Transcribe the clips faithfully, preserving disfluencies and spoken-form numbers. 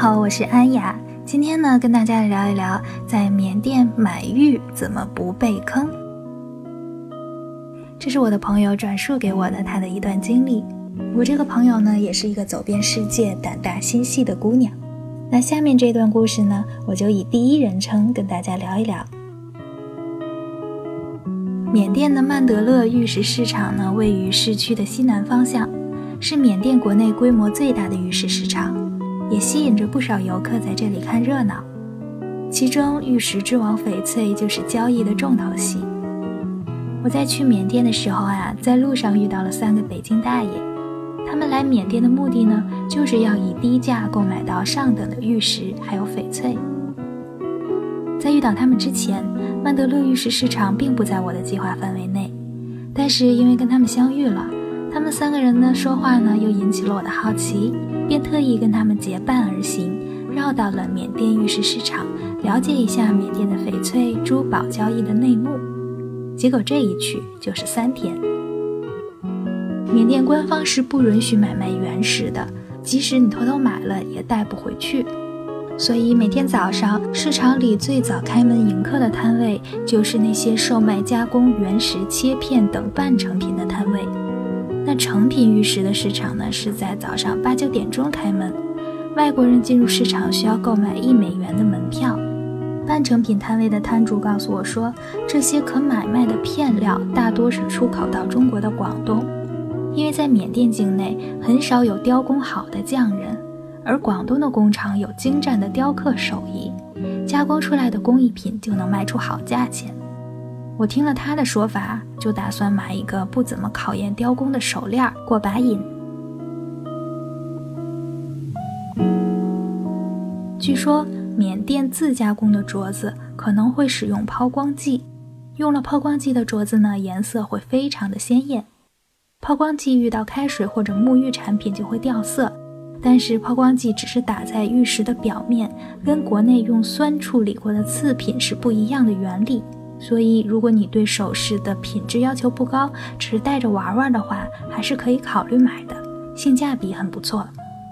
好，我是安雅，今天呢跟大家聊一聊在缅甸买玉怎么不被坑。这是我的朋友转述给我的他的一段经历。我这个朋友呢也是一个走遍世界胆大心细的姑娘。那下面这段故事呢，我就以第一人称跟大家聊一聊。缅甸的曼德勒玉石市场呢位于市区的西南方向，是缅甸国内规模最大的玉石市场，也吸引着不少游客在这里看热闹。其中玉石之王翡翠就是交易的重头戏。我在去缅甸的时候啊，在路上遇到了三个北京大爷，他们来缅甸的目的呢，就是要以低价购买到上等的玉石还有翡翠。在遇到他们之前，曼德勒玉石市场并不在我的计划范围内，但是因为跟他们相遇了，他们三个人呢说话呢又引起了我的好奇，便特意跟他们结伴而行，绕到了缅甸玉石市场，了解一下缅甸的翡翠珠宝交易的内幕。结果这一去就是三天。缅甸官方是不允许买卖原石的，即使你偷偷买了也带不回去。所以每天早上市场里最早开门迎客的摊位就是那些售卖加工原石切片等半成品的摊位。那成品玉石的市场呢，是在早上八九点钟开门，外国人进入市场需要购买一美元的门票。半成品摊位的摊主告诉我说，这些可买卖的片料大多是出口到中国的广东，因为在缅甸境内很少有雕工好的匠人，而广东的工厂有精湛的雕刻手艺，加工出来的工艺品就能卖出好价钱。我听了他的说法，就打算买一个不怎么考验雕工的手链过把瘾。据说缅甸自加工的镯子可能会使用抛光剂，用了抛光剂的镯子呢，颜色会非常的鲜艳。抛光剂遇到开水或者沐浴产品就会掉色，但是抛光剂只是打在玉石的表面，跟国内用酸处理过的次品是不一样的原理。所以如果你对首饰的品质要求不高，只是带着玩玩的话，还是可以考虑买的，性价比很不错。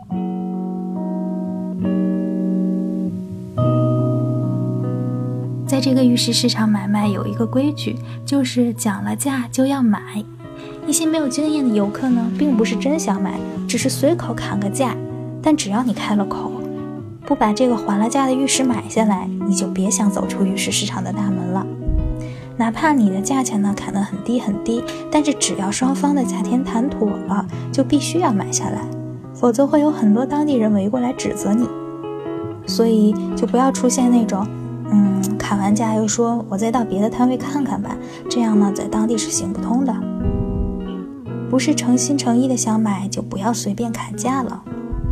在这个玉石市场买卖有一个规矩，就是讲了价就要买。一些没有经验的游客呢，并不是真想买，只是随口砍个价，但只要你开了口，不把这个还了价的玉石买下来，你就别想走出玉石市场的大门了。哪怕你的价钱呢砍得很低很低，但是只要双方的价钱谈妥了，就必须要买下来，否则会有很多当地人围过来指责你。所以就不要出现那种嗯，砍完价又说我再到别的摊位看看吧，这样呢在当地是行不通的。不是诚心诚意的想买，就不要随便砍价了。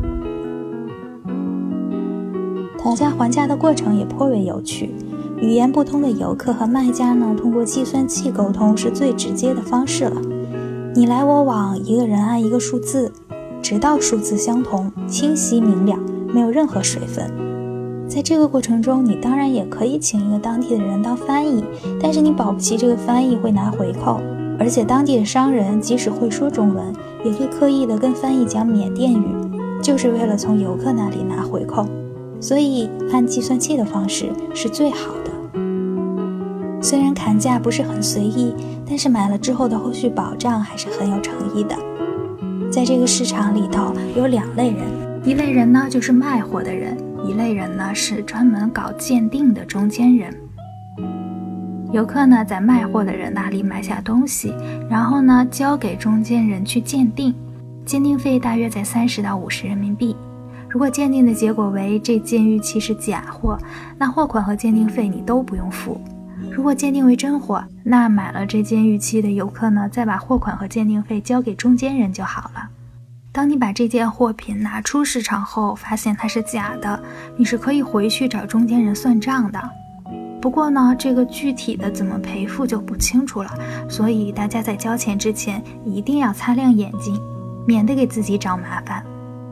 讨价还价的过程也颇为有趣，语言不通的游客和卖家呢，通过计算器沟通是最直接的方式了。你来我往，一个人按一个数字，直到数字相同，清晰明了，没有任何水分。在这个过程中，你当然也可以请一个当地的人当翻译，但是你保不齐这个翻译会拿回扣，而且当地的商人即使会说中文，也会刻意的跟翻译讲缅甸语，就是为了从游客那里拿回扣。所以按计算器的方式是最好的。虽然砍价不是很随意，但是买了之后的后续保障还是很有诚意的。在这个市场里头有两类人，一类人呢就是卖货的人，一类人呢是专门搞鉴定的中间人。游客呢在卖货的人那里买下东西，然后呢交给中间人去鉴定，鉴定费大约在三十到五十人民币。如果鉴定的结果为这件玉器是假货，那货款和鉴定费你都不用付。如果鉴定为真货，那买了这件玉器的游客呢，再把货款和鉴定费交给中间人就好了。当你把这件货品拿出市场后，发现它是假的，你是可以回去找中间人算账的。不过呢，这个具体的怎么赔付就不清楚了，所以大家在交钱之前一定要擦亮眼睛，免得给自己找麻烦。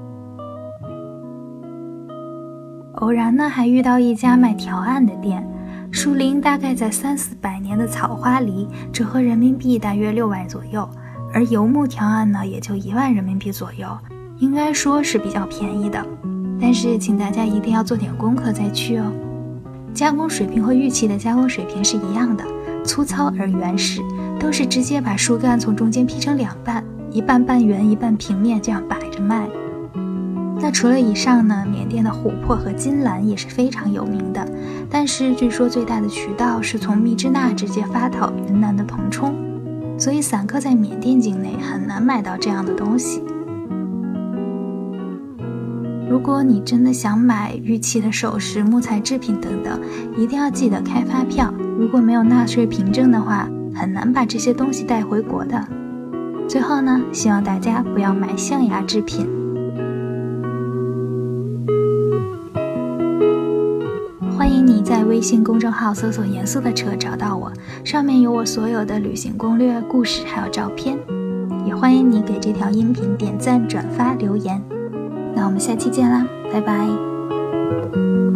偶然呢，还遇到一家卖条案的店，树龄大概在三四百年的草花梨，折合人民币大约六万左右，而油木条案呢也就一万人民币左右，应该说是比较便宜的。 但是请大家一定要做点功课再去哦。加工水平和玉器的加工水平是一样的，粗糙而原始，都是直接把树干从中间劈成两半，一半半圆一半平面，这样摆着卖。那除了以上呢，缅甸的琥珀和金兰也是非常有名的，但是据说最大的渠道是从密支那直接发到云南的腾冲，所以散客在缅甸境内很难买到这样的东西。如果你真的想买玉器的首饰、木材制品等等，一定要记得开发票，如果没有纳税凭证的话，很难把这些东西带回国的。最后呢，希望大家不要买象牙制品。欢迎你在微信公众号搜索严肃的车找到我，上面有我所有的旅行攻略、故事还有照片，也欢迎你给这条音频点赞、转发、留言。那我们下期见啦，拜拜。